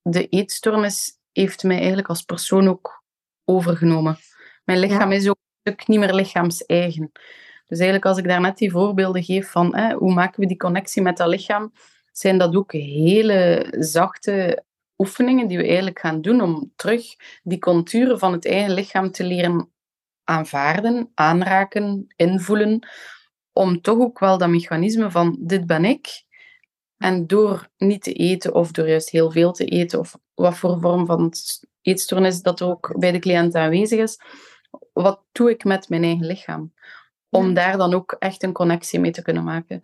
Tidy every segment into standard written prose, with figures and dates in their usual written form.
de eetstoornis heeft mij eigenlijk als persoon ook overgenomen. Mijn lichaam Ja. is ook een stuk niet meer lichaams-eigen. Dus eigenlijk als ik daarnet die voorbeelden geef van hoe maken we die connectie met dat lichaam, zijn dat ook hele zachte oefeningen die we eigenlijk gaan doen om terug die contouren van het eigen lichaam te leren aanvaarden, aanraken, invoelen, om toch ook wel dat mechanisme van dit ben ik. En door niet te eten of door juist heel veel te eten of wat voor vorm van eetstoornis dat er ook bij de cliënt aanwezig is, wat doe ik met mijn eigen lichaam? Om daar dan ook echt een connectie mee te kunnen maken.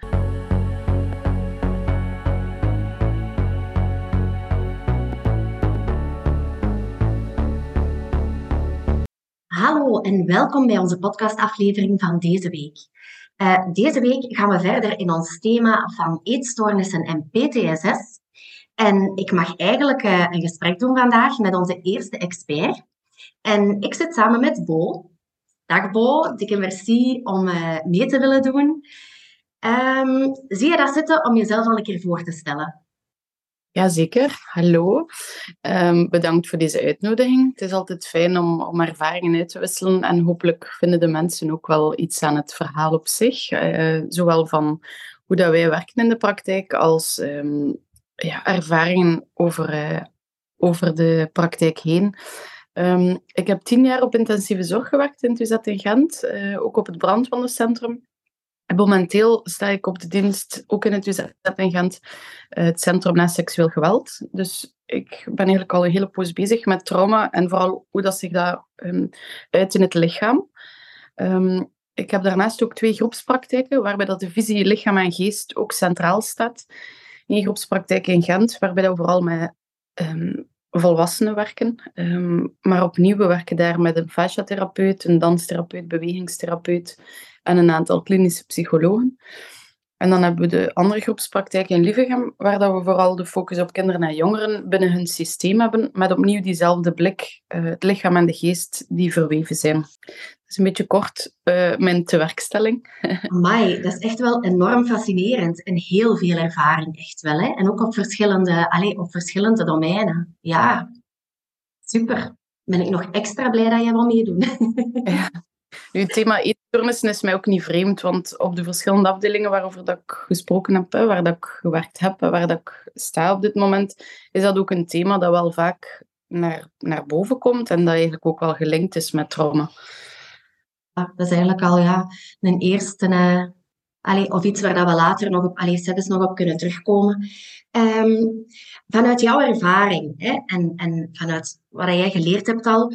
Hallo en welkom bij onze podcastaflevering van deze week. Deze week gaan we verder in ons thema van eetstoornissen en PTSS. En ik mag eigenlijk een gesprek doen vandaag met onze eerste expert. En ik zit samen met Bo. Dag Bo, dikke merci om mee te willen doen. Zie je daar zitten om jezelf al een keer voor te stellen? Jazeker, hallo. Bedankt voor deze uitnodiging. Het is altijd fijn om ervaringen uit te wisselen en hopelijk vinden de mensen ook wel iets aan het verhaal op zich. Zowel van hoe dat wij werken in de praktijk als ervaringen over de praktijk heen. Ik heb 10 jaar op intensieve zorg gewerkt in het UZ in Gent, ook op het brandwondencentrum. En momenteel sta ik op de dienst, ook in het UZ in Gent, het Centrum na Seksueel Geweld. Dus ik ben eigenlijk al een hele poos bezig met trauma en vooral hoe dat zich dat uit in het lichaam. Ik heb daarnaast ook 2 groepspraktijken, waarbij dat de visie lichaam en geest ook centraal staat. 1 groepspraktijk in Gent, waarbij we vooral met volwassenen werken. Maar opnieuw, we werken daar met een fasciatherapeut, een danstherapeut, bewegingstherapeut en een aantal klinische psychologen. En dan hebben we de andere groepspraktijk in Lievegem, waar dat we vooral de focus op kinderen en jongeren binnen hun systeem hebben, met opnieuw diezelfde blik, het lichaam en de geest die verweven zijn. Dat is een beetje kort mijn tewerkstelling. Amai, dat is echt wel enorm fascinerend en heel veel ervaring, echt wel. Hè? En ook op verschillende domeinen. Ja, super. Ben ik nog extra blij dat jij wil meedoen. Ja. Nu, het thema eetstoornissen is mij ook niet vreemd, want op de verschillende afdelingen waarover dat ik gesproken heb, waar dat ik gewerkt heb, waar dat ik sta op dit moment, is dat ook een thema dat wel vaak naar boven komt en dat eigenlijk ook wel gelinkt is met trauma. Ja, dat is eigenlijk al een eerste... of iets waar dat we later nog op kunnen terugkomen. Vanuit jouw ervaring en vanuit wat jij geleerd hebt al,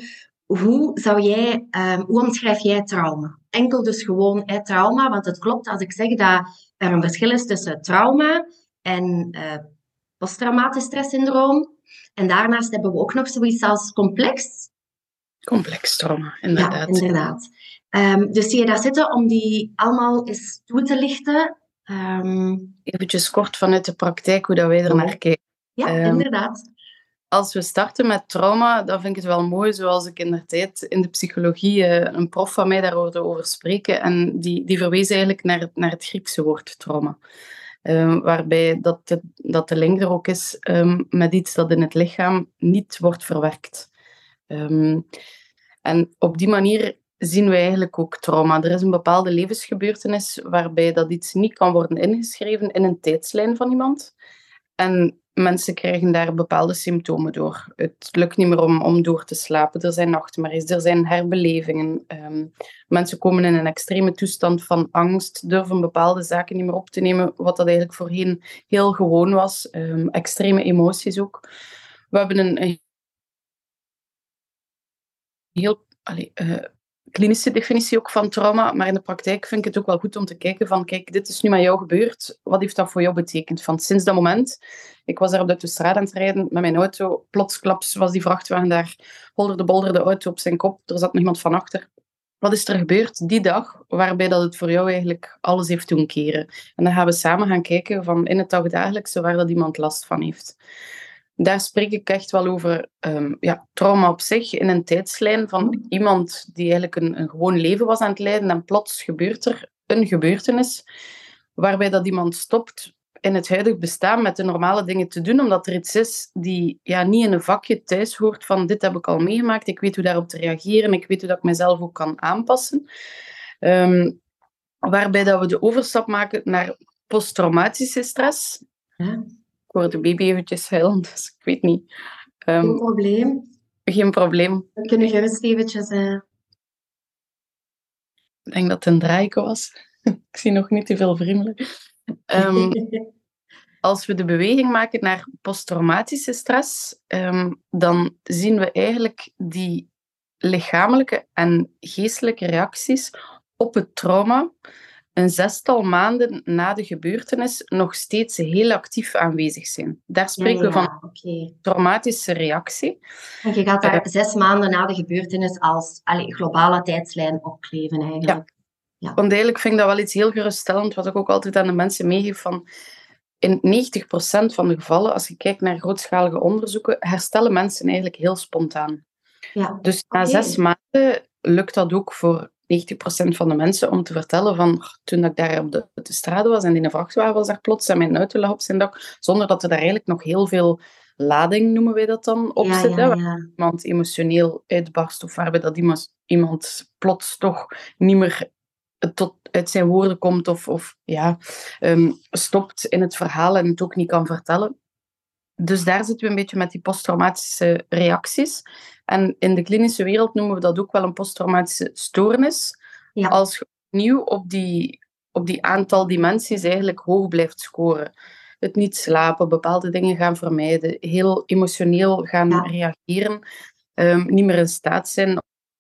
hoe omschrijf jij trauma? Enkel dus gewoon trauma, want het klopt als ik zeg dat er een verschil is tussen trauma en posttraumatisch stresssyndroom. En daarnaast hebben we ook nog zoiets als complex. Complex trauma, inderdaad. Ja, inderdaad. Dus zie je daar zitten om die allemaal eens toe te lichten? Eventjes kort vanuit de praktijk, hoe dat wij er naar kijken. Ja, inderdaad. Als we starten met trauma, dan vind ik het wel mooi, zoals ik indertijd in de psychologie een prof van mij daar hoorde over spreken. En die verwees eigenlijk naar het Griekse woord trauma. Waarbij dat de link er ook is met iets dat in het lichaam niet wordt verwerkt. En op die manier zien we eigenlijk ook trauma. Er is een bepaalde levensgebeurtenis waarbij dat iets niet kan worden ingeschreven in een tijdslijn van iemand. En mensen krijgen daar bepaalde symptomen door. Het lukt niet meer om door te slapen. Er zijn nachtmerries, er zijn herbelevingen. Mensen komen in een extreme toestand van angst, durven bepaalde zaken niet meer op te nemen, wat dat eigenlijk voorheen heel gewoon was. Extreme emoties ook. We hebben een heel klinische definitie ook van trauma, maar in de praktijk vind ik het ook wel goed om te kijken van, kijk, dit is nu met jou gebeurd, wat heeft dat voor jou betekend? Van sinds dat moment, ik was daar op de autostrade aan het rijden met mijn auto, plotsklaps was die vrachtwagen daar, holderde de auto op zijn kop, er zat nog iemand van achter. Wat is er gebeurd die dag, waarbij dat het voor jou eigenlijk alles heeft doen keren? En dan gaan we samen gaan kijken van in het dagdagelijkse waar dat iemand last van heeft. Daar spreek ik echt wel over trauma op zich in een tijdslijn van iemand die eigenlijk een gewoon leven was aan het leiden en plots gebeurt er een gebeurtenis waarbij dat iemand stopt, in het huidig bestaan met de normale dingen te doen, omdat er iets is die niet in een vakje thuis hoort van dit heb ik al meegemaakt, ik weet hoe daarop te reageren, ik weet hoe dat ik mezelf ook kan aanpassen. Waarbij dat we de overstap maken naar posttraumatische stress. Ja. Ik hoor de baby eventjes huilen, dus ik weet niet. Geen probleem. Geen probleem. We kunnen gerust eventjes... Ik denk dat het een draaike was. Ik zie nog niet te veel vrienden. Als we de beweging maken naar posttraumatische stress, dan zien we eigenlijk die lichamelijke en geestelijke reacties op het trauma een 6-tal maanden na de gebeurtenis nog steeds heel actief aanwezig zijn. Daar spreken we van traumatische reactie. En je gaat daar 6 maanden na de gebeurtenis als globale tijdslijn opkleven eigenlijk. Ja. Want eigenlijk vind ik dat wel iets heel geruststellend, wat ik ook altijd aan de mensen meegeef van... In 90% van de gevallen, als je kijkt naar grootschalige onderzoeken, herstellen mensen eigenlijk heel spontaan. Ja. Dus na 6 maanden lukt dat ook voor 90% van de mensen om te vertellen van toen ik daar op de strade was en in een vrachtwagen was daar plots en mijn auto lag op zijn dak, zonder dat er daar eigenlijk nog heel veel lading, noemen wij dat dan, op zit. Waar iemand emotioneel uitbarst of waarbij dat iemand plots toch niet meer tot uit zijn woorden komt of stopt in het verhaal en het ook niet kan vertellen. Dus daar zitten we een beetje met die posttraumatische reacties. En in de klinische wereld noemen we dat ook wel een posttraumatische stoornis. Ja. Als je opnieuw op die aantal dimensies eigenlijk hoog blijft scoren. Het niet slapen, bepaalde dingen gaan vermijden, heel emotioneel gaan reageren, niet meer in staat zijn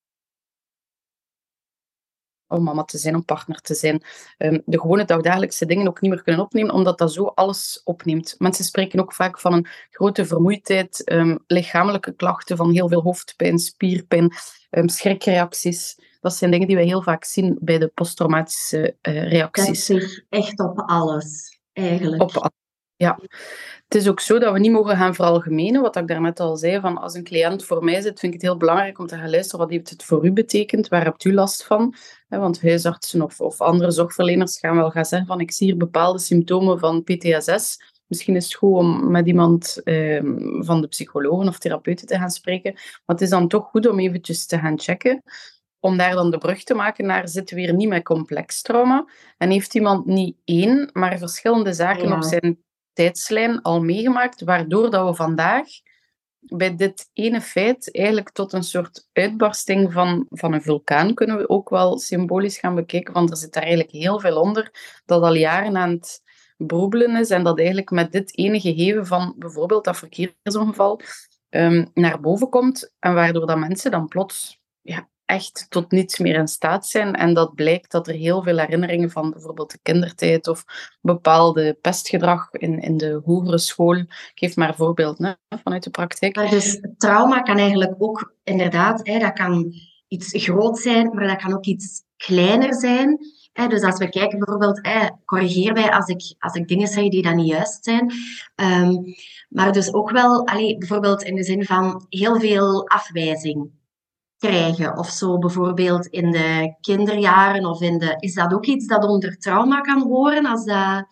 om mama te zijn, om partner te zijn. De gewone dagdagelijkse dingen ook niet meer kunnen opnemen, omdat dat zo alles opneemt. Mensen spreken ook vaak van een grote vermoeidheid, lichamelijke klachten van heel veel hoofdpijn, spierpijn, schrikreacties. Dat zijn dingen die wij heel vaak zien bij de posttraumatische reacties. Dat is echt op alles, eigenlijk. Op alles, ja. Het is ook zo dat we niet mogen gaan veralgemenen. Wat ik daarnet al zei, van als een cliënt voor mij zit, vind ik het heel belangrijk om te gaan luisteren wat heeft het voor u betekent, waar hebt u last van? Want huisartsen of andere zorgverleners gaan wel gaan zeggen van ik zie hier bepaalde symptomen van PTSS. Misschien is het goed om met iemand van de psychologen of therapeuten te gaan spreken. Maar het is dan toch goed om eventjes te gaan checken. Om daar dan de brug te maken naar zitten we hier niet met complex trauma. En heeft iemand niet één, maar verschillende zaken op zijn tijdslijn al meegemaakt, waardoor dat we vandaag bij dit ene feit eigenlijk tot een soort uitbarsting van een vulkaan kunnen we ook wel symbolisch gaan bekijken, want er zit daar eigenlijk heel veel onder dat al jaren aan het broebelen is en dat eigenlijk met dit ene gegeven van bijvoorbeeld dat verkeersongeval naar boven komt en waardoor dat mensen dan plots echt tot niets meer in staat zijn. En dat blijkt dat er heel veel herinneringen van bijvoorbeeld de kindertijd of bepaalde pestgedrag in de hogere school. Ik geef maar een voorbeeld vanuit de praktijk. Maar dus trauma kan eigenlijk ook inderdaad, dat kan iets groot zijn, maar dat kan ook iets kleiner zijn. Dus als we kijken bijvoorbeeld, corrigeer mij als ik dingen zeg die dan niet juist zijn. Maar dus ook wel, bijvoorbeeld in de zin van heel veel afwijzing krijgen of zo, bijvoorbeeld in de kinderjaren of is dat ook iets dat onder trauma kan horen als dat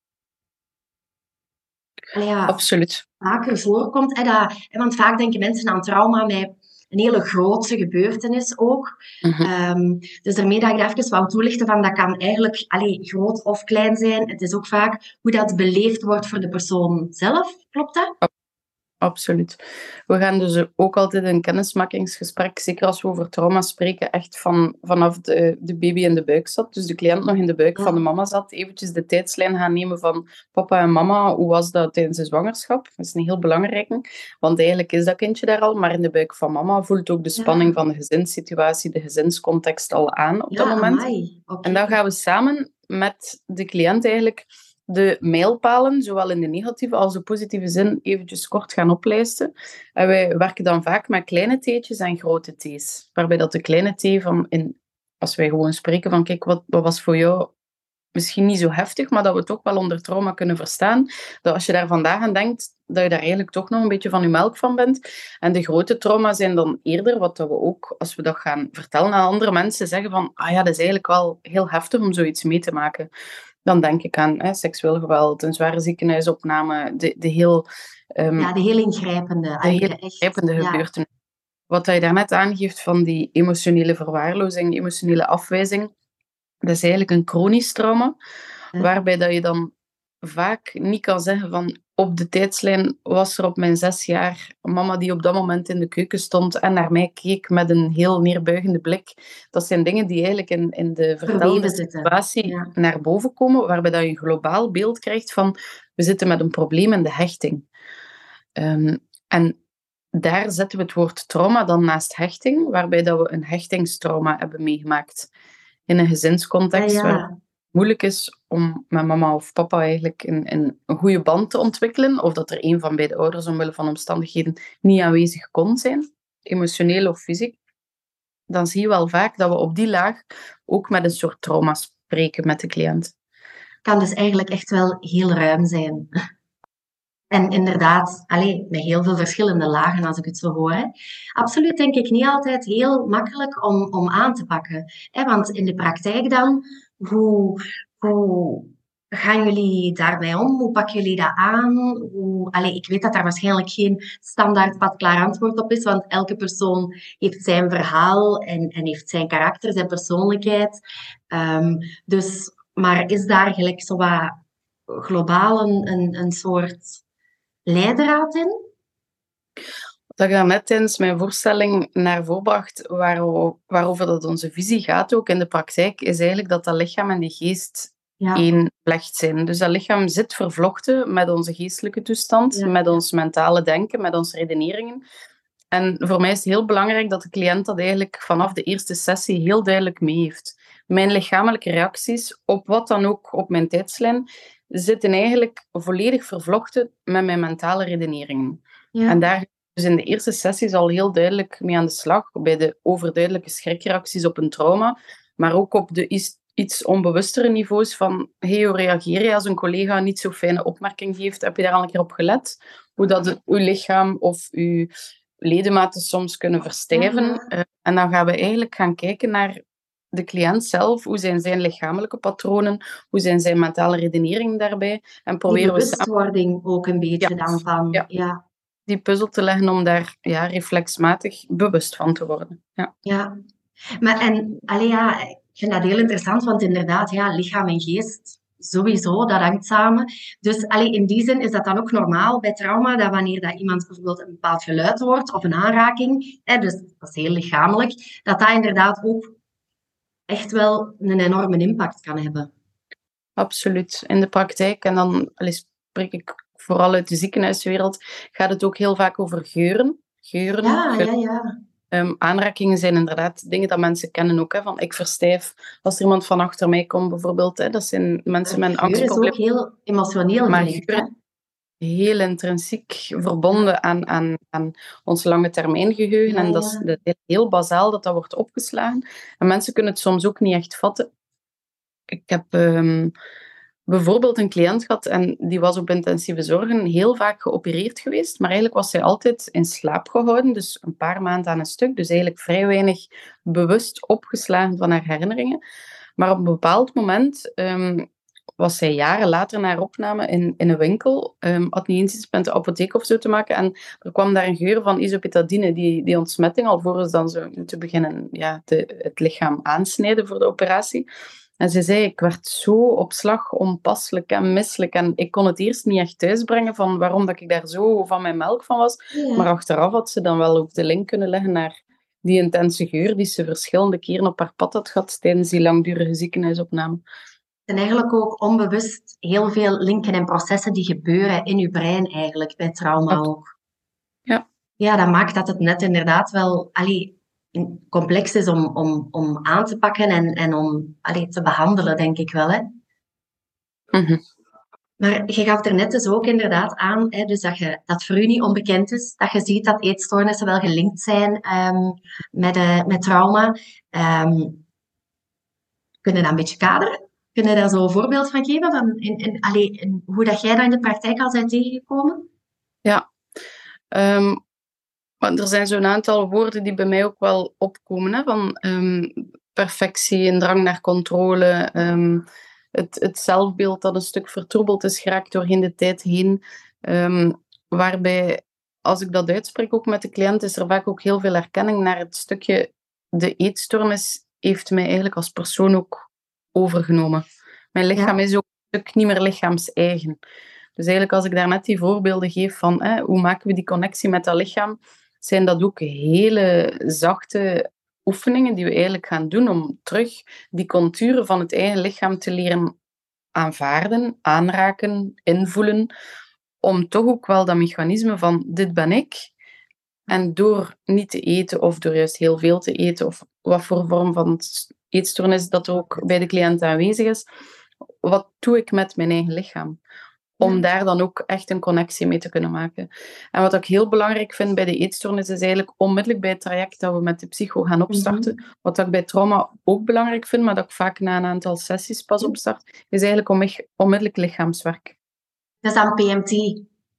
absoluut vaker voorkomt? Want vaak denken mensen aan trauma met een hele grootse gebeurtenis ook. Dus daarmee dat ik daar even wou toelichten van dat kan eigenlijk groot of klein zijn. Het is ook vaak hoe dat beleefd wordt voor de persoon zelf. Klopt dat? Absoluut. We gaan dus ook altijd een kennismakingsgesprek, zeker als we over trauma spreken, echt vanaf de baby in de buik zat. Dus de cliënt nog in de buik van de mama zat. Eventjes de tijdslijn gaan nemen van papa en mama. Hoe was dat tijdens de zwangerschap? Dat is een heel belangrijke. Want eigenlijk is dat kindje daar al, maar in de buik van mama voelt ook de spanning van de gezinssituatie, de gezinscontext al aan op dat moment. Okay. En dan gaan we samen met de cliënt eigenlijk de mijlpalen, zowel in de negatieve als de positieve zin, eventjes kort gaan oplijsten. En wij werken dan vaak met kleine T'tjes en grote T''s. Waarbij dat de kleine T als wij gewoon spreken van kijk, wat was voor jou misschien niet zo heftig, maar dat we toch wel onder trauma kunnen verstaan. Dat als je daar vandaag aan denkt, dat je daar eigenlijk toch nog een beetje van je melk van bent. En de grote trauma's zijn dan eerder wat we ook, als we dat gaan vertellen aan andere mensen, zeggen van, dat is eigenlijk wel heel heftig om zoiets mee te maken. Dan denk ik aan seksueel geweld, een zware ziekenhuisopname, de heel, Ja, de heel ingrijpende, de heel echt. ingrijpende Ja. gebeurtenis. Wat je daarnet aangeeft van die emotionele verwaarlozing, emotionele afwijzing, dat is eigenlijk een chronisch trauma, waarbij dat je dan vaak niet kan zeggen van op de tijdslijn was er op mijn 6 jaar een mama die op dat moment in de keuken stond en naar mij keek met een heel neerbuigende blik. Dat zijn dingen die eigenlijk in de vertelde Verweven zitten. situatie Ja. naar boven komen, waarbij dat je een globaal beeld krijgt van we zitten met een probleem in de hechting. En daar zetten we het woord trauma dan naast hechting, waarbij dat we een hechtingstrauma hebben meegemaakt in een Ja, gezinscontext waar het ja. moeilijk is om met mama of papa eigenlijk een goede band te ontwikkelen, of dat er een van beide ouders omwille van omstandigheden niet aanwezig kon zijn, emotioneel of fysiek, dan zie je wel vaak dat we op die laag ook met een soort trauma spreken met de cliënt. Kan dus eigenlijk echt wel heel ruim zijn. En inderdaad, met heel veel verschillende lagen, als ik het zo hoor. Hè. Absoluut denk ik niet altijd heel makkelijk om aan te pakken. Hè, want in de praktijk dan, hoe gaan jullie daarbij om? Hoe pakken jullie dat aan? Ik weet dat daar waarschijnlijk geen standaard pasklaar antwoord op is, want elke persoon heeft zijn verhaal en heeft zijn karakter, zijn persoonlijkheid. Maar is daar gelijk zo wat globaal een soort leidraad in? Wat ik daarnet tijdens mijn voorstelling naar voren bracht, waarover dat onze visie gaat ook in de praktijk, is eigenlijk dat dat lichaam en die geest Ja, één vlecht zijn. Dus dat lichaam zit vervlochten met onze geestelijke toestand, ja, met ons mentale denken, met onze redeneringen. En voor mij is het heel belangrijk dat de cliënt dat eigenlijk vanaf de eerste sessie heel duidelijk mee heeft. Mijn lichamelijke reacties, op wat dan ook op mijn tijdslijn, zitten eigenlijk volledig vervlochten met mijn mentale redeneringen. En ja. daar dus in de eerste sessies al heel duidelijk mee aan de slag, bij de overduidelijke schrikreacties op een trauma, maar ook op de iets onbewustere niveaus van hey, hoe reageer je als een collega niet zo fijne opmerking geeft? Heb je daar al een keer op gelet? Hoe dat uw lichaam of uw ledematen soms kunnen verstijven. Ja. En dan gaan we eigenlijk gaan kijken naar de cliënt zelf. Hoe zijn zijn lichamelijke patronen? Hoe zijn zijn mentale redeneringen daarbij? En Die proberen we samen bewustwording ook een ja, beetje dan van, ja, ja, die puzzel te leggen om daar reflexmatig bewust van te worden. Ja. ja. Maar ik vind dat heel interessant, want inderdaad, ja, lichaam en geest, sowieso, dat hangt samen. Dus in die zin is dat dan ook normaal bij trauma, dat wanneer dat iemand bijvoorbeeld een bepaald geluid hoort of een aanraking, dus dat is heel lichamelijk, dat inderdaad ook echt wel een enorme impact kan hebben. Absoluut. In de praktijk, en dan spreek ik vooral uit de ziekenhuiswereld, gaat het ook heel vaak over geuren. Geuren, Ja, ja, ja. aanrakingen zijn inderdaad dingen dat mensen kennen ook. Hè, van ik verstijf als er iemand van achter mij komt, bijvoorbeeld. Hè, dat zijn mensen met een Geur is ook angstprobleem. heel emotioneel Maar gelinkt, hè? geur is heel intrinsiek verbonden aan ons lange termijn geheugen. Ja, En ja. dat is heel bazaal dat dat wordt opgeslagen. En mensen kunnen het soms ook niet echt vatten. Ik heb bijvoorbeeld een cliënt gehad en die was op intensieve zorgen heel vaak geopereerd geweest, maar eigenlijk was zij altijd in slaap gehouden, dus een paar maanden aan een stuk, dus eigenlijk vrij weinig bewust opgeslagen van haar herinneringen. Maar op een bepaald moment was zij jaren later naar opname in een winkel, had niet eens iets met de apotheek of zo te maken, en er kwam daar een geur van isopetadine, die ontsmetting, alvorens dan ze moeten beginnen het lichaam aansnijden voor de operatie. En ze zei, ik werd zo op slag onpasselijk en misselijk. En ik kon het eerst niet echt thuisbrengen van waarom dat ik daar zo van mijn melk van was. Maar Ja. achteraf had ze dan wel ook de link kunnen leggen naar die intense geur die ze verschillende keren op haar pad had gehad tijdens die langdurige ziekenhuisopname. En eigenlijk ook onbewust heel veel linken en processen die gebeuren in je brein eigenlijk, bij trauma ook. Ja. Ja, dat maakt dat het net inderdaad wel complex is om aan te pakken en om te behandelen, denk ik wel. Hè? Mhm. Maar je gaf er net dus ook inderdaad aan, hè, dus dat voor u niet onbekend is, dat je ziet dat eetstoornissen wel gelinkt zijn met trauma. Kun je dat een beetje kaderen? Kun je daar zo een voorbeeld van geven? Van in hoe dat jij dat in de praktijk al bent tegengekomen? Ja. Maar er zijn zo'n aantal woorden die bij mij ook wel opkomen. Hè, van perfectie, een drang naar controle, het zelfbeeld dat een stuk vertroebeld is geraakt doorheen de tijd heen. Waarbij, als ik dat uitspreek ook met de cliënt, is er vaak ook heel veel herkenning naar het stukje de eetstoornis heeft mij eigenlijk als persoon ook overgenomen. Mijn lichaam is ook een stuk niet meer lichaams-eigen. Dus eigenlijk als ik daarnet die voorbeelden geef van hoe maken we die connectie met dat lichaam, zijn dat ook hele zachte oefeningen die we eigenlijk gaan doen om terug die contouren van het eigen lichaam te leren aanvaarden, aanraken, invoelen, om toch ook wel dat mechanisme van dit ben ik. En door niet te eten of door juist heel veel te eten of wat voor vorm van eetstoornis dat ook bij de cliënt aanwezig is, wat doe ik met mijn eigen lichaam? Om daar dan ook echt een connectie mee te kunnen maken. En wat ik heel belangrijk vind bij de eetstoornis is eigenlijk onmiddellijk bij het traject dat we met de psycho gaan opstarten. Wat ik bij trauma ook belangrijk vind, maar dat ik vaak na een aantal sessies pas opstart, is eigenlijk onmiddellijk lichaamswerk. Dat is dan PMT?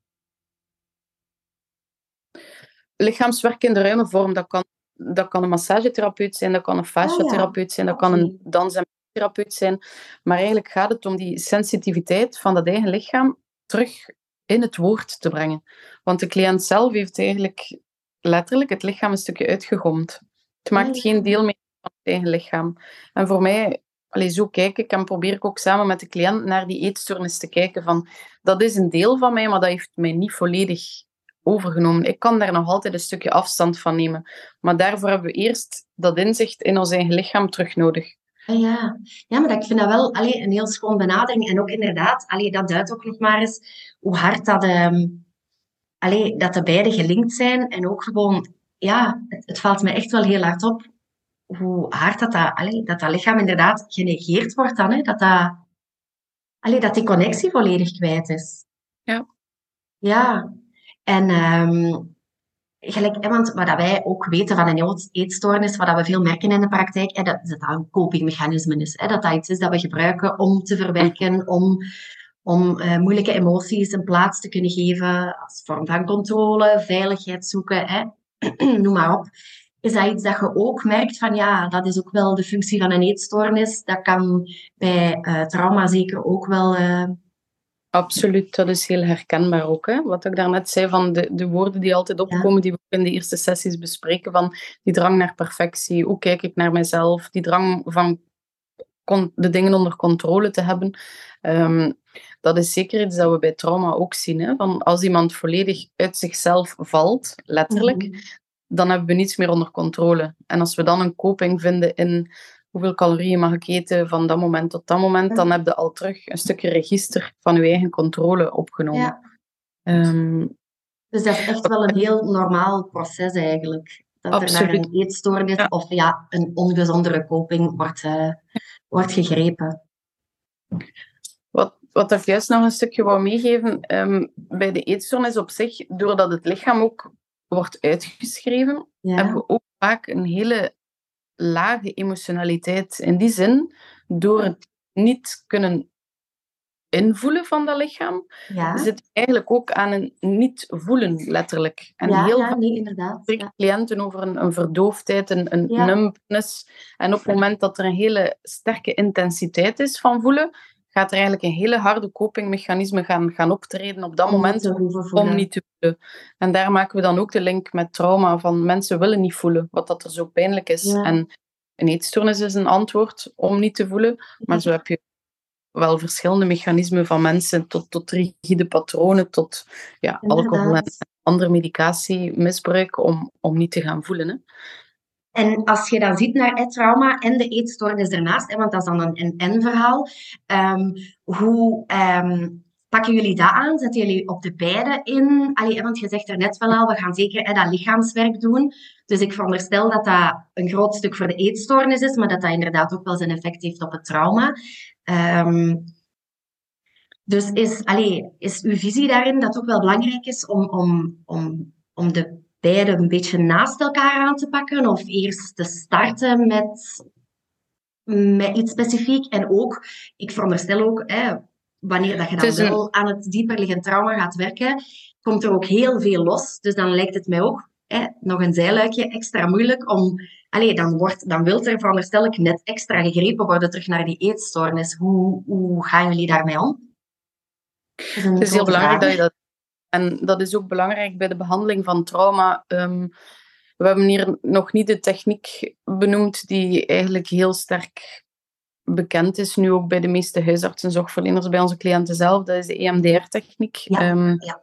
Lichaamswerk in de ruime vorm, dat kan een massagetherapeut zijn, dat kan een fasciatherapeut zijn, dat kan een dans- en therapeut zijn. Maar eigenlijk gaat het om die sensitiviteit van dat eigen lichaam terug in het woord te brengen. Want de cliënt zelf heeft eigenlijk letterlijk het lichaam een stukje uitgegomd. Het maakt geen deel meer van het eigen lichaam. En voor mij, zo kijk ik en probeer ik ook samen met de cliënt naar die eetstoornis te kijken van, dat is een deel van mij, maar dat heeft mij niet volledig overgenomen. Ik kan daar nog altijd een stukje afstand van nemen. Maar daarvoor hebben we eerst dat inzicht in ons eigen lichaam terug nodig. Ja, maar ik vind dat wel een heel schoon benadering. En ook inderdaad, dat duidt ook nog maar eens hoe hard dat, dat de beide gelinkt zijn. En ook gewoon, het valt mij echt wel heel hard op hoe hard dat lichaam inderdaad genegeerd wordt dan. Dat die connectie volledig kwijt is. Ja. Ja. En gelijk, want wat wij ook weten van een eetstoornis, wat we veel merken in de praktijk, dat een copingmechanisme is. Dat iets is dat we gebruiken om te verwerken, om moeilijke emoties een plaats te kunnen geven, als vorm van controle, veiligheid zoeken, noem maar op. Is dat iets dat je ook merkt van, dat is ook wel de functie van een eetstoornis. Dat kan bij trauma zeker ook wel... Absoluut, dat is heel herkenbaar ook. Hè? Wat ik daarnet zei, van de woorden die altijd opkomen, die we in de eerste sessies bespreken, van die drang naar perfectie, hoe kijk ik naar mezelf, die drang van de dingen onder controle te hebben. Dat is zeker iets dat we bij trauma ook zien. Hè? Van als iemand volledig uit zichzelf valt, letterlijk, dan hebben we niets meer onder controle. En als we dan een coping vinden in hoeveel calorieën mag ik eten van dat moment tot dat moment, dan heb je al terug een stukje register van je eigen controle opgenomen. Dus dat is echt wel een heel normaal proces eigenlijk. Dat er naar een eetstoornis of een ongezondere coping wordt gegrepen. Wat ik juist nog een stukje wou meegeven, bij de eetstoornis op zich, doordat het lichaam ook wordt uitgeschreven, hebben we ook vaak een hele lage emotionaliteit. In die zin, door het niet kunnen invoelen van dat lichaam, zit eigenlijk ook aan een niet voelen, letterlijk. En heel vaak spreken cliënten over een verdoofdheid, een numbness. En op het moment dat er een hele sterke intensiteit is van voelen, gaat er eigenlijk een hele harde copingmechanisme gaan optreden op dat moment om niet te voelen. En daar maken we dan ook de link met trauma, van mensen willen niet voelen, wat dat er zo pijnlijk is. En een eetstoornis is een antwoord om niet te voelen, maar zo heb je wel verschillende mechanismen van mensen tot rigide patronen, tot alcohol en andere medicatiemisbruik om niet te gaan voelen. Hè. En als je dan ziet naar het trauma en de eetstoornis ernaast, want dat is dan een en-verhaal, hoe pakken jullie dat aan? Zetten jullie op de beide in? Want je zegt er net wel al, we gaan zeker dat lichaamswerk doen. Dus ik veronderstel dat dat een groot stuk voor de eetstoornis is, maar dat dat inderdaad ook wel zijn effect heeft op het trauma. Dus is uw visie daarin dat het ook wel belangrijk is om de beide een beetje naast elkaar aan te pakken? Of eerst te starten met iets specifiek? En ook, ik veronderstel ook, wanneer dat je dan wel aan het dieperliggend trauma gaat werken, komt er ook heel veel los. Dus dan lijkt het mij ook nog een zijluikje extra moeilijk om... dan wil er veronderstel ik net extra gegrepen worden terug naar die eetstoornis. Hoe gaan jullie daarmee om? Dat is Het een is heel grote belangrijk vraag. dat je dat... En dat is ook belangrijk bij de behandeling van trauma. We hebben hier nog niet de techniek benoemd die eigenlijk heel sterk bekend is, nu ook bij de meeste huisartsen en zorgverleners, bij onze cliënten zelf. Dat is de EMDR-techniek. Ja.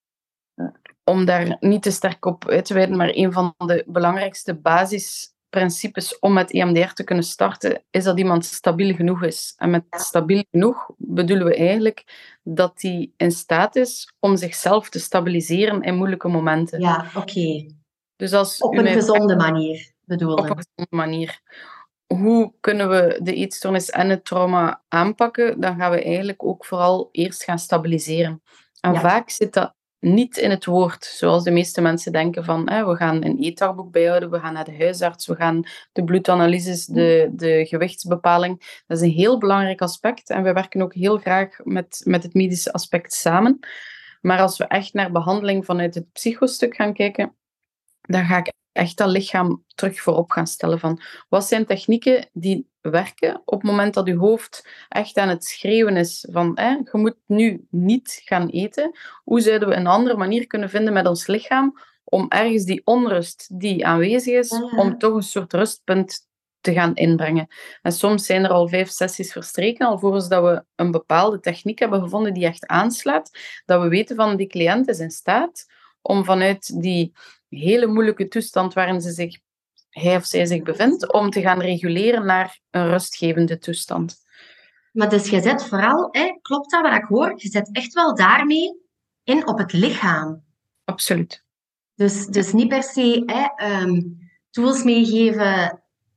Om daar niet te sterk op uit te wijden, maar een van de belangrijkste basisprincipes om met EMDR te kunnen starten, is dat iemand stabiel genoeg is. En met stabiel genoeg bedoelen we eigenlijk dat hij in staat is om zichzelf te stabiliseren in moeilijke momenten. Ja, oké. Dus als Op u een mij gezonde manier, op bedoelde. een gezonde manier, hoe kunnen we de eetstoornis en het trauma aanpakken, dan gaan we eigenlijk ook vooral eerst gaan stabiliseren. En vaak zit dat niet in het woord, zoals de meeste mensen denken van we gaan een eetdagboek bijhouden, we gaan naar de huisarts, we gaan de bloedanalyses, de gewichtsbepaling. Dat is een heel belangrijk aspect en we werken ook heel graag met het medische aspect samen. Maar als we echt naar behandeling vanuit het psychostuk gaan kijken, dan ga ik echt dat lichaam terug voorop gaan stellen van wat zijn technieken die werken op het moment dat je hoofd echt aan het schreeuwen is van je moet nu niet gaan eten. Hoe zouden we een andere manier kunnen vinden met ons lichaam om ergens die onrust die aanwezig is, om toch een soort rustpunt te gaan inbrengen. En soms zijn er al 5 sessies verstreken, alvorens dat we een bepaalde techniek hebben gevonden die echt aanslaat, dat we weten van die cliënt is in staat om vanuit die hele moeilijke toestand waarin hij of zij zich bevindt, om te gaan reguleren naar een rustgevende toestand. Maar dus je zet vooral, klopt dat wat ik hoor, je zet echt wel daarmee in op het lichaam. Absoluut. Dus niet per se tools meegeven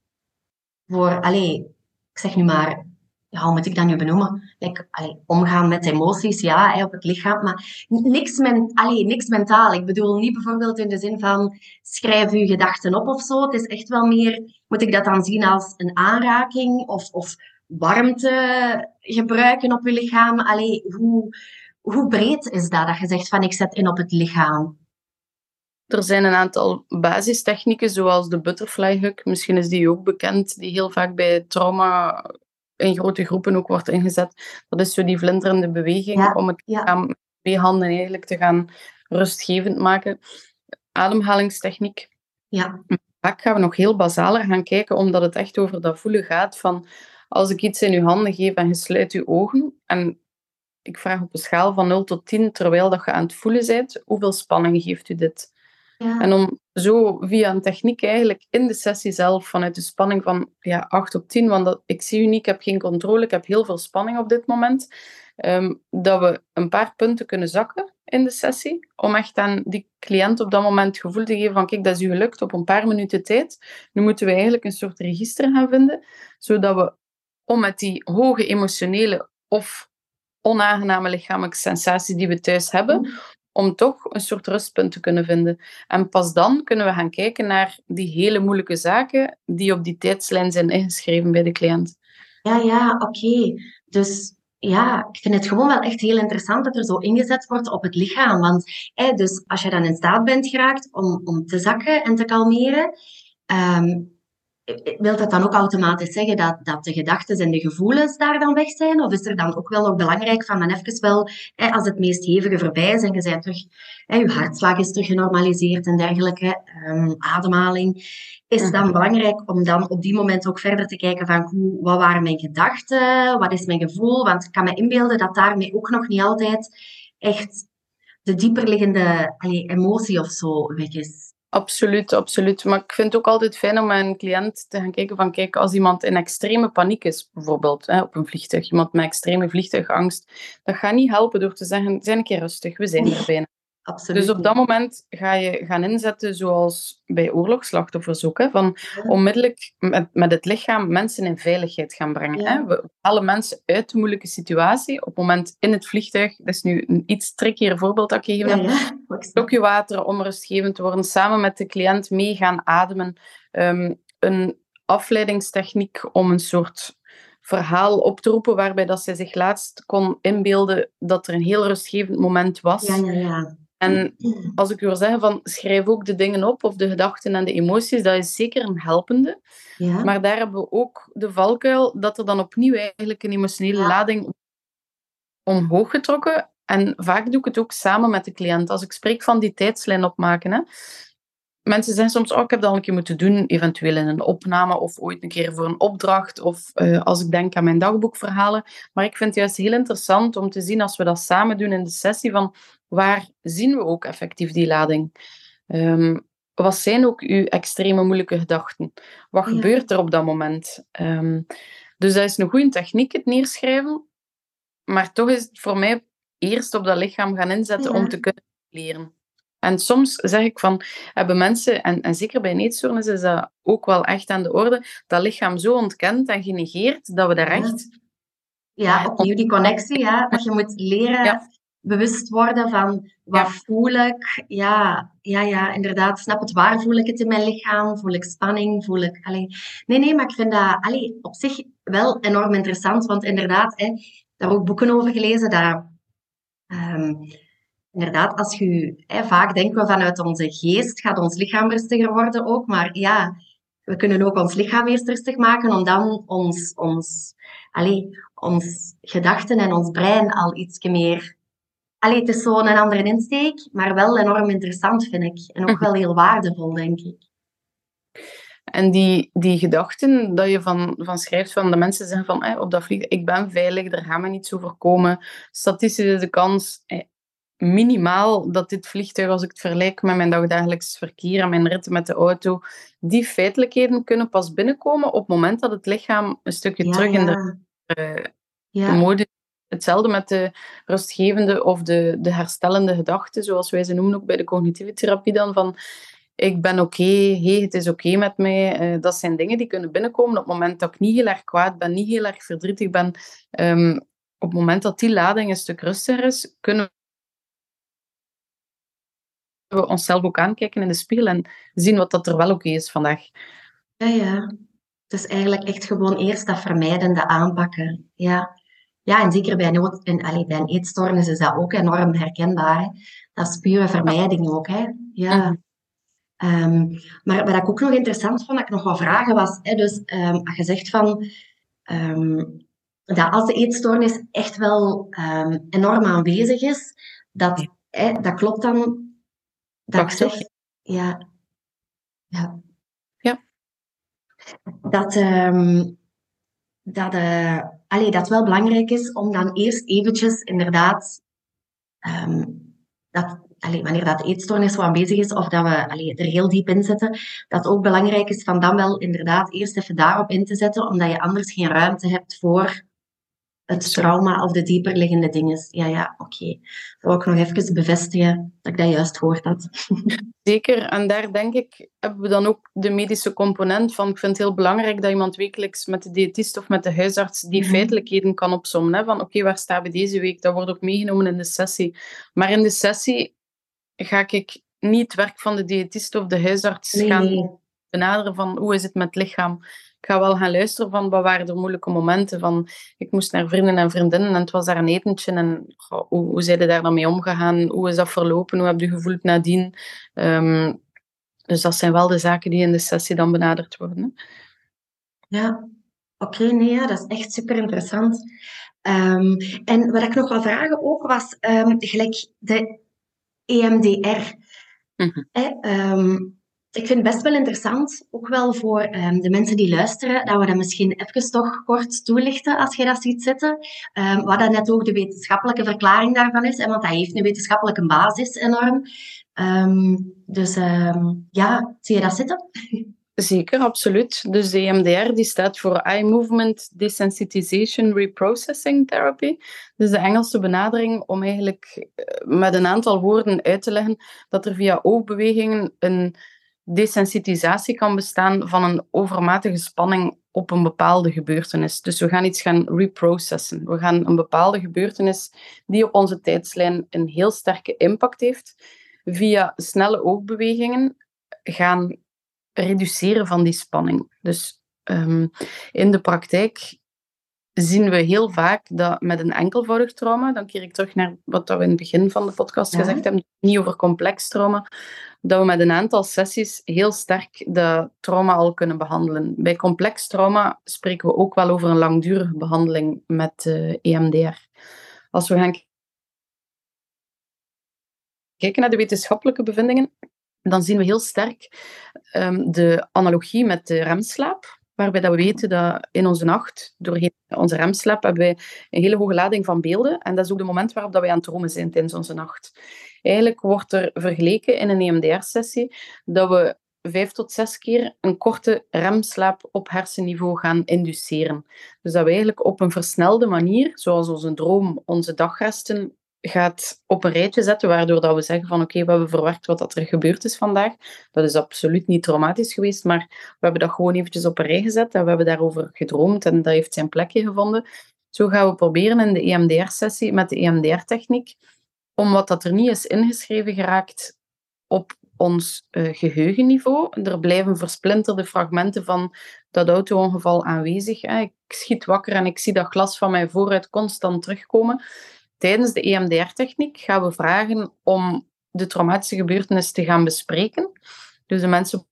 voor, ik zeg nu maar, hoe moet ik dat nu benoemen? Omgaan met emoties, op het lichaam, maar niks mentaal. Ik bedoel niet bijvoorbeeld in de zin van schrijf uw gedachten op of zo. Het is echt wel meer, moet ik dat dan zien als een aanraking of warmte gebruiken op je lichaam? Hoe breed is dat je zegt van ik zet in op het lichaam? Er zijn een aantal basistechnieken, zoals de butterfly hug. Misschien is die ook bekend, die heel vaak bij trauma in grote groepen ook wordt ingezet. Dat is zo die vlinderende beweging om het lichaam met 2 handen eigenlijk te gaan rustgevend maken. Ademhalingstechniek. Ja. Vaak gaan we nog heel basaler gaan kijken, omdat het echt over dat voelen gaat van als ik iets in uw handen geef en je sluit je ogen en ik vraag op een schaal van 0 tot 10, terwijl dat je aan het voelen bent, hoeveel spanning geeft u dit? Ja. En om zo via een techniek eigenlijk in de sessie zelf, vanuit de spanning van 8 op 10, want ik zie u niet, ik heb geen controle, ik heb heel veel spanning op dit moment, dat we een paar punten kunnen zakken in de sessie, om echt aan die cliënt op dat moment het gevoel te geven van kijk, dat is u gelukt op een paar minuten tijd. Nu moeten we eigenlijk een soort register gaan vinden, zodat we om met die hoge emotionele of onaangename lichamelijke sensaties die we thuis hebben, om toch een soort rustpunt te kunnen vinden. En pas dan kunnen we gaan kijken naar die hele moeilijke zaken die op die tijdslijn zijn ingeschreven bij de cliënt. Ja, oké. Dus ik vind het gewoon wel echt heel interessant dat er zo ingezet wordt op het lichaam. Want dus als je dan in staat bent geraakt om te zakken en te kalmeren, wil dat dan ook automatisch zeggen dat de gedachten en de gevoelens daar dan weg zijn? Of is er dan ook wel nog belangrijk van even wel, als het meest hevige voorbij is en je bent terug, je hartslag is terug genormaliseerd en dergelijke, ademhaling, is het dan belangrijk om dan op die moment ook verder te kijken van wat waren mijn gedachten, wat is mijn gevoel? Want ik kan me inbeelden dat daarmee ook nog niet altijd echt de dieperliggende emotie of zo weg is. Absoluut, absoluut. Maar ik vind het ook altijd fijn om met een cliënt te gaan kijken van kijk, als iemand in extreme paniek is, bijvoorbeeld op een vliegtuig, iemand met extreme vliegtuigangst, dat gaat niet helpen door te zeggen, zijn een keer rustig, we zijn er bijna. Absoluut. Dus op dat moment ga je gaan inzetten zoals bij oorlogsslachtoffers ook, van onmiddellijk met het lichaam mensen in veiligheid gaan brengen. Ja. We halen mensen uit de moeilijke situatie. Op het moment in het vliegtuig, dat is nu een iets trickier voorbeeld dat ik gegeven heb, een slokje water om rustgevend te worden, samen met de cliënt mee gaan ademen. Een afleidingstechniek om een soort verhaal op te roepen waarbij dat zij zich laatst kon inbeelden dat er een heel rustgevend moment was. Ja. En als ik wil zeggen van schrijf ook de dingen op of de gedachten en de emoties, dat is zeker een helpende. Ja, Maar daar hebben we ook de valkuil dat er dan opnieuw eigenlijk een emotionele ja, lading omhoog getrokken. En vaak doe ik het ook samen met de cliënt. Als ik spreek van die tijdslijn opmaken, hè. Mensen zeggen soms, ik heb dat al een keer moeten doen, eventueel in een opname of ooit een keer voor een opdracht of als ik denk aan mijn dagboekverhalen. Maar ik vind het juist heel interessant om te zien, als we dat samen doen in de sessie, van waar zien we ook effectief die lading? Wat zijn ook uw extreme moeilijke gedachten? Wat ja, gebeurt er op dat moment? Dus dat is een goede techniek, het neerschrijven. Maar toch is het voor mij eerst op dat lichaam gaan inzetten om ja. te kunnen leren. En soms zeg ik van, hebben mensen, en zeker bij een eetstoornis is dat ook wel echt aan de orde, dat lichaam zo ontkent en genegeerd, dat we daar Ja. echt... Ja, opnieuw die connectie, ja, dat je moet Ja, leren bewust worden van wat ja. voel ik. Ja, ja, ja, inderdaad. Snap het, waar voel ik het in mijn lichaam? Voel ik spanning? Voel ik... Allee. Nee, nee, maar ik vind dat op zich wel enorm interessant, want inderdaad, daar ook boeken over gelezen, dat ehm, inderdaad, als je... vaak denken we vanuit onze geest, gaat ons lichaam rustiger worden ook, maar ja, we kunnen ook ons lichaam eerst rustig maken om dan ons gedachten en ons brein al iets meer... het is zo'n andere insteek, maar wel enorm interessant, vind ik. En ook Mhm. wel heel waardevol, denk ik. En die gedachten dat je van schrijft, van de mensen zeggen van op dat vliegtuig, ik ben veilig, er gaat me niets overkomen. Statistisch is de kans minimaal dat dit vliegtuig, als ik het vergelijk met mijn dagdagelijks verkeer en mijn ritten met de auto, die feitelijkheden kunnen pas binnenkomen op het moment dat het lichaam een stukje Ja, terug in de ja, uh, ja. mode. Hetzelfde met de rustgevende of de herstellende gedachten, zoals wij ze noemen ook bij de cognitieve therapie dan, van ik ben oké, hey, het is oké met mij. Dat zijn dingen die kunnen binnenkomen op het moment dat ik niet heel erg kwaad ben, niet heel erg verdrietig ben. Op het moment dat die lading een stuk rustiger is, kunnen we onszelf ook aankijken in de spiegel en zien wat dat er wel oké is vandaag. Ja, ja. Het is eigenlijk echt gewoon eerst dat vermijdende aanpakken. Ja. Ja, en zeker bij een eetstoornis is dat ook enorm herkenbaar. Hè. Dat is pure vermijding ook. Hè. Ja. Mhm. Maar wat ik ook nog interessant vond, dat ik nog wat vragen was. Hè, dus als je zegt van, ehm, dat als de eetstoornis echt wel enorm aanwezig is, dat klopt dan dat ik zeg, Wachtstof. ja, ja, Ja. dat, dat wel belangrijk is om dan eerst eventjes inderdaad, wanneer dat eetstoornis zo aanwezig is, of dat we er heel diep in zitten, dat het ook belangrijk is van dan wel inderdaad eerst even daarop in te zetten, omdat je anders geen ruimte hebt voor het Absoluut. trauma of de dieperliggende dingen. Ja, ja, oké. Dat wil ik nog even bevestigen dat ik dat juist gehoord had. Zeker, en daar denk ik, hebben we dan ook de medische component van. Ik vind het heel belangrijk dat iemand wekelijks met de diëtist of met de huisarts die Mhm. feitelijkheden kan opsommen. Hè? Van oké, waar staan we deze week? Dat wordt ook meegenomen in de sessie. Maar in de sessie ga ik niet het werk van de diëtist of de huisarts Nee, gaan nee. benaderen van hoe is het met het lichaam. Ik ga wel gaan luisteren van wat waren er moeilijke momenten. Van, ik moest naar vrienden en vriendinnen en het was daar een etentje. En hoe zijn je daar dan mee omgegaan? Hoe is dat verlopen? Hoe heb je gevoeld nadien? Dus dat zijn wel de zaken die in de sessie dan benaderd worden. Hè. Ja, oké, nee, ja, dat is echt super interessant. En wat ik nog wil vragen ook was, gelijk de EMDR. Mhm. Ik vind het best wel interessant, ook wel voor de mensen die luisteren, dat we dat misschien even toch kort toelichten als je dat ziet zitten. Wat dat net ook de wetenschappelijke verklaring daarvan is, hè, want dat heeft een wetenschappelijke basis enorm. Ja, zie je dat zitten? Zeker, absoluut. Dus de EMDR die staat voor Eye Movement Desensitization Reprocessing Therapy. Dus de Engelse benadering om eigenlijk met een aantal woorden uit te leggen dat er via oogbewegingen een desensitisatie kan bestaan van een overmatige spanning op een bepaalde gebeurtenis. Dus we gaan iets gaan reprocessen. We gaan een bepaalde gebeurtenis die op onze tijdslijn een heel sterke impact heeft, via snelle oogbewegingen gaan reduceren van die spanning. Dus in de praktijk zien we heel vaak dat met een enkelvoudig trauma, dan keer ik terug naar wat we in het begin van de podcast gezegd hebben, niet over complex trauma, dat we met een aantal sessies heel sterk dat trauma al kunnen behandelen. Bij complex trauma spreken we ook wel over een langdurige behandeling met EMDR. Als we gaan kijken naar de wetenschappelijke bevindingen, dan zien we heel sterk de analogie met de remslaap, waarbij dat we weten dat in onze nacht, doorheen onze remslaap, hebben wij een hele hoge lading van beelden. En dat is ook het moment waarop dat wij aan het dromen zijn tijdens onze nacht. Eigenlijk wordt er vergeleken in een EMDR-sessie dat we 5 tot 6 keer een korte remslaap op hersenniveau gaan induceren. Dus dat we eigenlijk op een versnelde manier, zoals onze droom, onze dagresten gaat op een rijtje zetten, waardoor dat we zeggen van oké, we hebben verwerkt wat er gebeurd is vandaag. Dat is absoluut niet traumatisch geweest, maar we hebben dat gewoon eventjes op een rij gezet en we hebben daarover gedroomd en dat heeft zijn plekje gevonden. Zo gaan we proberen in de EMDR-sessie met de EMDR-techniek om wat dat er niet is ingeschreven geraakt op ons geheugenniveau. Er blijven versplinterde fragmenten van dat auto-ongeval aanwezig. Ik schiet wakker en ik zie dat glas van mij vooruit constant terugkomen. Tijdens de EMDR-techniek gaan we vragen om de traumatische gebeurtenis te gaan bespreken. Dus de mensen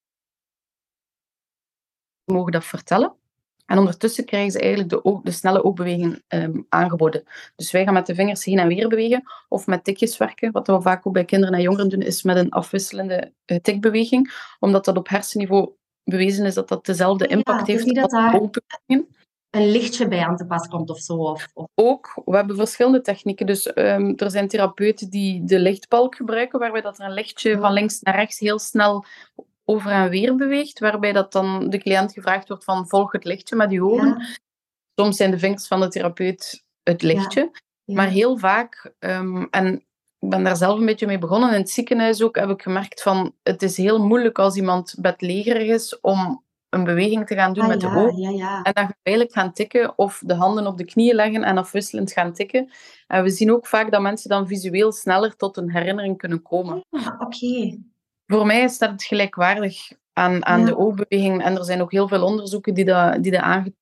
mogen dat vertellen. En ondertussen krijgen ze eigenlijk de snelle oogbeweging aangeboden. Dus wij gaan met de vingers heen en weer bewegen of met tikjes werken. Wat we vaak ook bij kinderen en jongeren doen, is met een afwisselende tikbeweging. Omdat dat op hersenniveau bewezen is dat dat dezelfde impact heeft op de oogbewegingen. Een lichtje bij aan te pas komt of zo? Of... Ook, we hebben verschillende technieken. Dus er zijn therapeuten die de lichtbalk gebruiken, waarbij dat er een lichtje van links naar rechts heel snel over en weer beweegt, waarbij dat dan de cliënt gevraagd wordt van volg het lichtje met je ogen. Ja. Soms zijn de vingers van de therapeut het lichtje. Ja. Ja. Maar heel vaak, en ik ben daar zelf een beetje mee begonnen, in het ziekenhuis ook, heb ik gemerkt van het is heel moeilijk als iemand bedlegerig is om een beweging te gaan doen met de ogen. Ja. En dan gaan we eigenlijk gaan tikken of de handen op de knieën leggen en afwisselend gaan tikken. En we zien ook vaak dat mensen dan visueel sneller tot een herinnering kunnen komen. Oké. Voor mij is dat gelijkwaardig aan de oogbeweging. En er zijn ook heel veel onderzoeken die dat aangetoond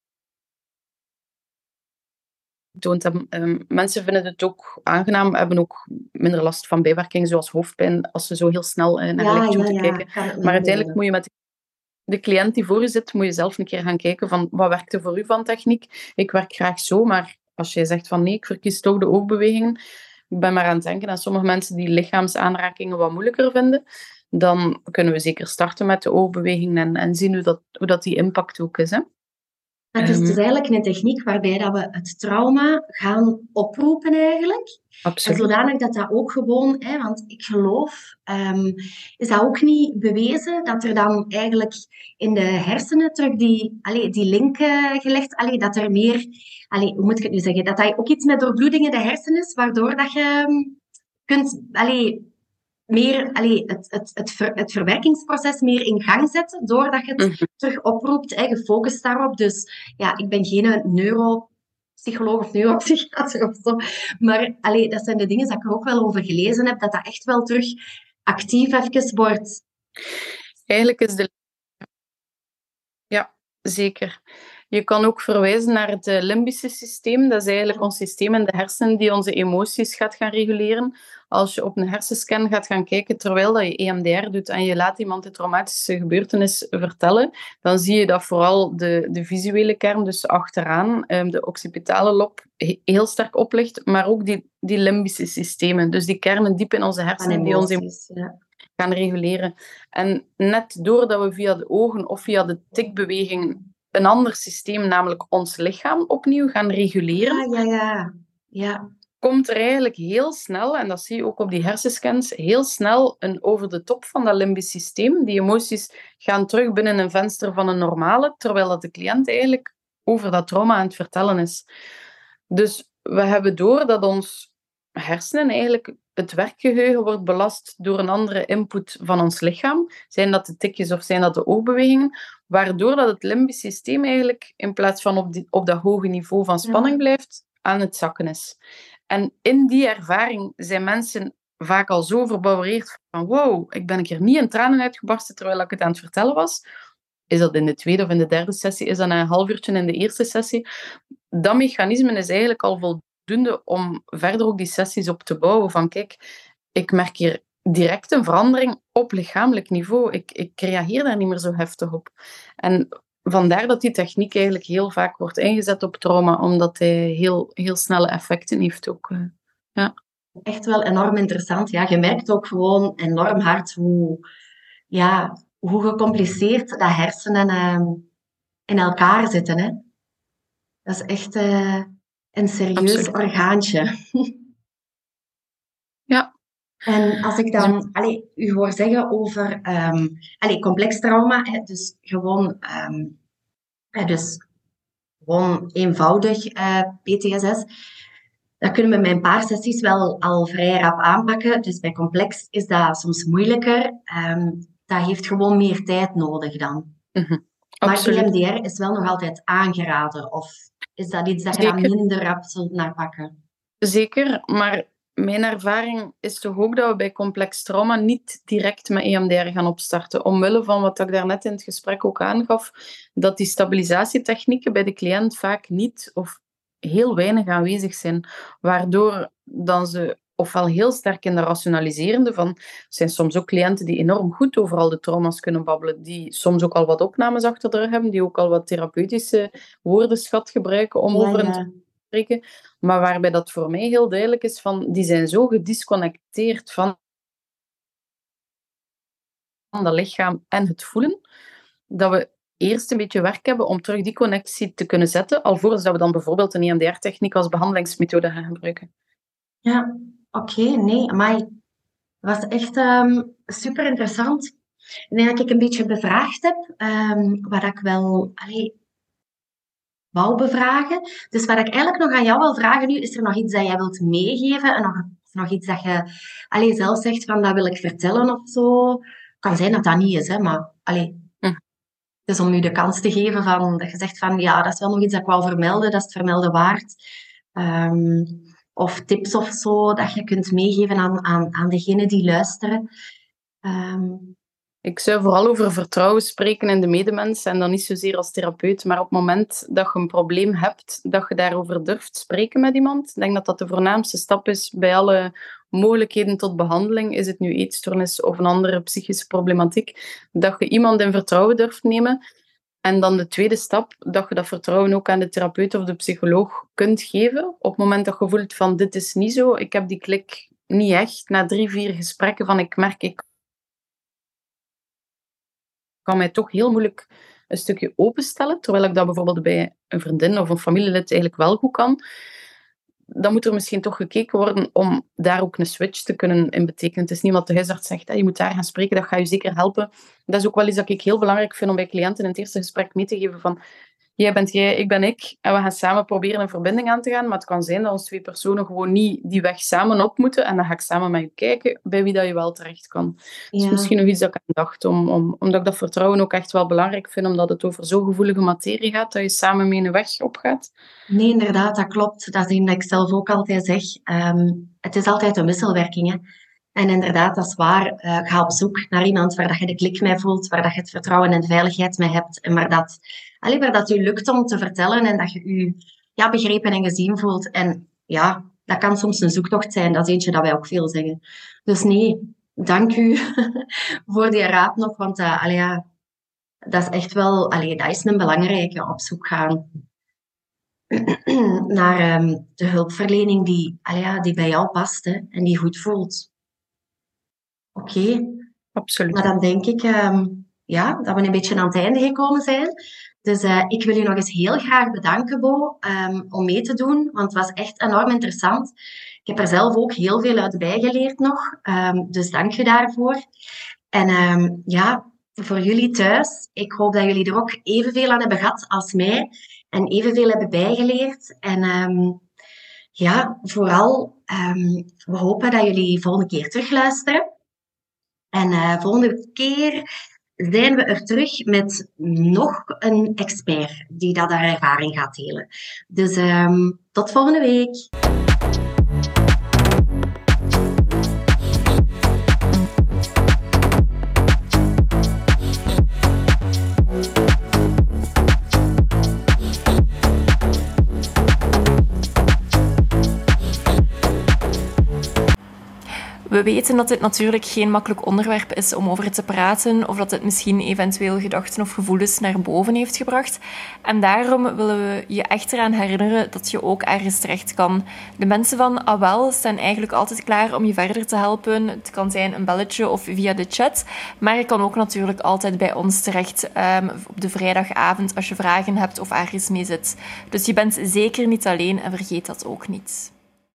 hebben. Mensen vinden het ook aangenaam, hebben ook minder last van bijwerkingen zoals hoofdpijn, als ze zo heel snel naar een lichtje moeten kijken. Maar uiteindelijk moet je met de cliënt die voor je zit, moet je zelf een keer gaan kijken van wat werkt er voor u van techniek. Ik werk graag zo, maar als jij zegt van nee, ik verkies toch de oogbewegingen. Ik ben maar aan het denken aan sommige mensen die lichaamsaanrakingen wat moeilijker vinden. Dan kunnen we zeker starten met de oogbewegingen en zien hoe dat die impact ook is. Hè? Het is dus eigenlijk een techniek waarbij dat we het trauma gaan oproepen eigenlijk. Absoluut. En zodanig dat dat ook gewoon, want ik geloof, is dat ook niet bewezen dat er dan eigenlijk in de hersenen terug die link gelegd, dat er meer, hoe moet ik het nu zeggen, dat dat ook iets met doorbloeding in de hersenen is, waardoor dat je kunt, meer het verwerkingsproces meer in gang zetten, doordat je het terug oproept en gefocust daarop. Dus ja, ik ben geen neuropsycholoog of neuropsychiater of zo, maar dat zijn de dingen dat ik er ook wel over gelezen heb, dat echt wel terug actief even wordt. Eigenlijk is Ja, zeker. Je kan ook verwijzen naar het limbische systeem. Dat is eigenlijk ons systeem in de hersenen die onze emoties gaat gaan reguleren. Als je op een hersenscan gaat gaan kijken terwijl dat je EMDR doet en je laat iemand de traumatische gebeurtenis vertellen, dan zie je dat vooral de visuele kern, dus achteraan, de occipitale lob, heel sterk oplicht, maar ook die limbische systemen. Dus die kernen diep in onze hersenen die onze emoties gaan reguleren. En net doordat we via de ogen of via de tikbeweging een ander systeem, namelijk ons lichaam, opnieuw gaan reguleren, komt er eigenlijk heel snel, en dat zie je ook op die hersenscans, heel snel over de top van dat limbisch systeem. Die emoties gaan terug binnen een venster van een normale, terwijl dat de cliënt eigenlijk over dat trauma aan het vertellen is. Dus we hebben door dat ons hersenen eigenlijk het werkgeheugen wordt belast door een andere input van ons lichaam. Zijn dat de tikjes of zijn dat de oogbewegingen? Waardoor dat het limbisch systeem eigenlijk in plaats van op dat hoge niveau van spanning blijft, aan het zakken is. En in die ervaring zijn mensen vaak al zo verbouwereerd van wow, ik ben een keer niet in tranen uitgebarsten terwijl ik het aan het vertellen was. Is dat in de tweede of in de derde sessie? Is dat na een half uurtje in de eerste sessie? dat mechanisme is eigenlijk al voldoende om verder ook die sessies op te bouwen. Van kijk, ik merk hier direct een verandering op lichamelijk niveau. Ik reageer daar niet meer zo heftig op. En vandaar dat die techniek eigenlijk heel vaak wordt ingezet op trauma, omdat hij heel, heel snelle effecten heeft ook. Ja. Echt wel enorm interessant. Ja, je merkt ook gewoon enorm hard hoe gecompliceerd dat hersenen in elkaar zitten. Hè? Dat is echt een serieus Absoluut. orgaantje. Ja. En als ik dan u hoor zeggen over complex trauma, hè, dus gewoon eenvoudig PTSS, dat kunnen we met een paar sessies wel al vrij rap aanpakken. Dus bij complex is dat soms moeilijker. Dat heeft gewoon meer tijd nodig dan. Mm-hmm. Maar EMDR is wel nog altijd aangeraden. Of is dat iets dat je dan minder rap zult napakken? Zeker, maar mijn ervaring is toch ook dat we bij complex trauma niet direct met EMDR gaan opstarten. Omwille van wat ik daarnet in het gesprek ook aangaf, dat die stabilisatietechnieken bij de cliënt vaak niet of heel weinig aanwezig zijn. Waardoor dan ze ofwel heel sterk in de rationaliserende van... Er zijn soms ook cliënten die enorm goed over al de trauma's kunnen babbelen, die soms ook al wat opnames achter de rug hebben, die ook al wat therapeutische woordenschat gebruiken om over een spreken, maar waarbij dat voor mij heel duidelijk is van, die zijn zo gedisconnecteerd van dat lichaam en het voelen, dat we eerst een beetje werk hebben om terug die connectie te kunnen zetten, alvorens dat we dan bijvoorbeeld een EMDR-techniek als behandelingsmethode gaan gebruiken. Ja, oké, nee, amai. Dat was echt super interessant. En dat ik een beetje bevraagd heb, wat ik wel wou bevragen. Dus wat ik eigenlijk nog aan jou wil vragen nu, is er nog iets dat jij wilt meegeven? En nog iets dat je zelf zegt van, dat wil ik vertellen of zo? Kan zijn dat dat niet is, hè, maar het is om u de kans te geven van, dat je zegt van, ja, dat is wel nog iets dat ik wou vermelden, dat is het vermelden waard. Of tips of zo, dat je kunt meegeven aan degenen die luisteren. Ik zou vooral over vertrouwen spreken in de medemens en dan niet zozeer als therapeut, maar op het moment dat je een probleem hebt, dat je daarover durft spreken met iemand. Ik denk dat dat de voornaamste stap is bij alle mogelijkheden tot behandeling. Is het nu eetstoornis of een andere psychische problematiek? Dat je iemand in vertrouwen durft nemen. En dan de tweede stap, dat je dat vertrouwen ook aan de therapeut of de psycholoog kunt geven. Op het moment dat je voelt van, dit is niet zo, ik heb die klik niet echt. Na 3-4 gesprekken van, ik merk, ik kan mij toch heel moeilijk een stukje openstellen, terwijl ik dat bijvoorbeeld bij een vriendin of een familielid eigenlijk wel goed kan. Dan moet er misschien toch gekeken worden om daar ook een switch te kunnen in betekenen. Het is niet wat de huisarts zegt, je moet daar gaan spreken, dat gaat je zeker helpen. Dat is ook wel iets dat ik heel belangrijk vind om bij cliënten in het eerste gesprek mee te geven van, jij bent jij, ik ben ik, en we gaan samen proberen een verbinding aan te gaan, maar het kan zijn dat ons 2 personen gewoon niet die weg samen op moeten, en dan ga ik samen met je kijken bij wie dat je wel terecht kan. Ja. Dus misschien nog iets dat ik aan dacht, omdat ik dat vertrouwen ook echt wel belangrijk vind, omdat het over zo gevoelige materie gaat, dat je samen mee een weg opgaat. Nee, inderdaad, dat klopt. Dat is iets dat ik zelf ook altijd zeg. Het is altijd een wisselwerking, hè. En inderdaad, dat is waar. Ga op zoek naar iemand waar dat je de klik mee voelt, waar dat je het vertrouwen en veiligheid mee hebt. En waar dat je lukt om te vertellen en dat je je begrepen en gezien voelt. En ja, dat kan soms een zoektocht zijn. Dat is eentje dat wij ook veel zeggen. Dus nee, dank u voor die raad nog. Want dat is echt wel... dat is een belangrijke, op zoek gaan naar de hulpverlening die bij jou past, hè, en die goed voelt. Oké. Absoluut. Maar dan denk ik dat we een beetje aan het einde gekomen zijn. Dus ik wil u nog eens heel graag bedanken, Bo, om mee te doen, want het was echt enorm interessant. Ik heb er zelf ook heel veel uit bijgeleerd nog, dus dank je daarvoor. En voor jullie thuis, ik hoop dat jullie er ook evenveel aan hebben gehad als mij en evenveel hebben bijgeleerd. En vooral, we hopen dat jullie volgende keer terugluisteren. En volgende keer zijn we er terug met nog een expert die dat haar ervaring gaat delen. Dus tot volgende week. We weten dat dit natuurlijk geen makkelijk onderwerp is om over te praten, of dat het misschien eventueel gedachten of gevoelens naar boven heeft gebracht. En daarom willen we je echt eraan herinneren dat je ook ergens terecht kan. De mensen van AWEL staan eigenlijk altijd klaar om je verder te helpen. Het kan zijn een belletje of via de chat, maar je kan ook natuurlijk altijd bij ons terecht op de vrijdagavond als je vragen hebt of ergens mee zit. Dus je bent zeker niet alleen en vergeet dat ook niet.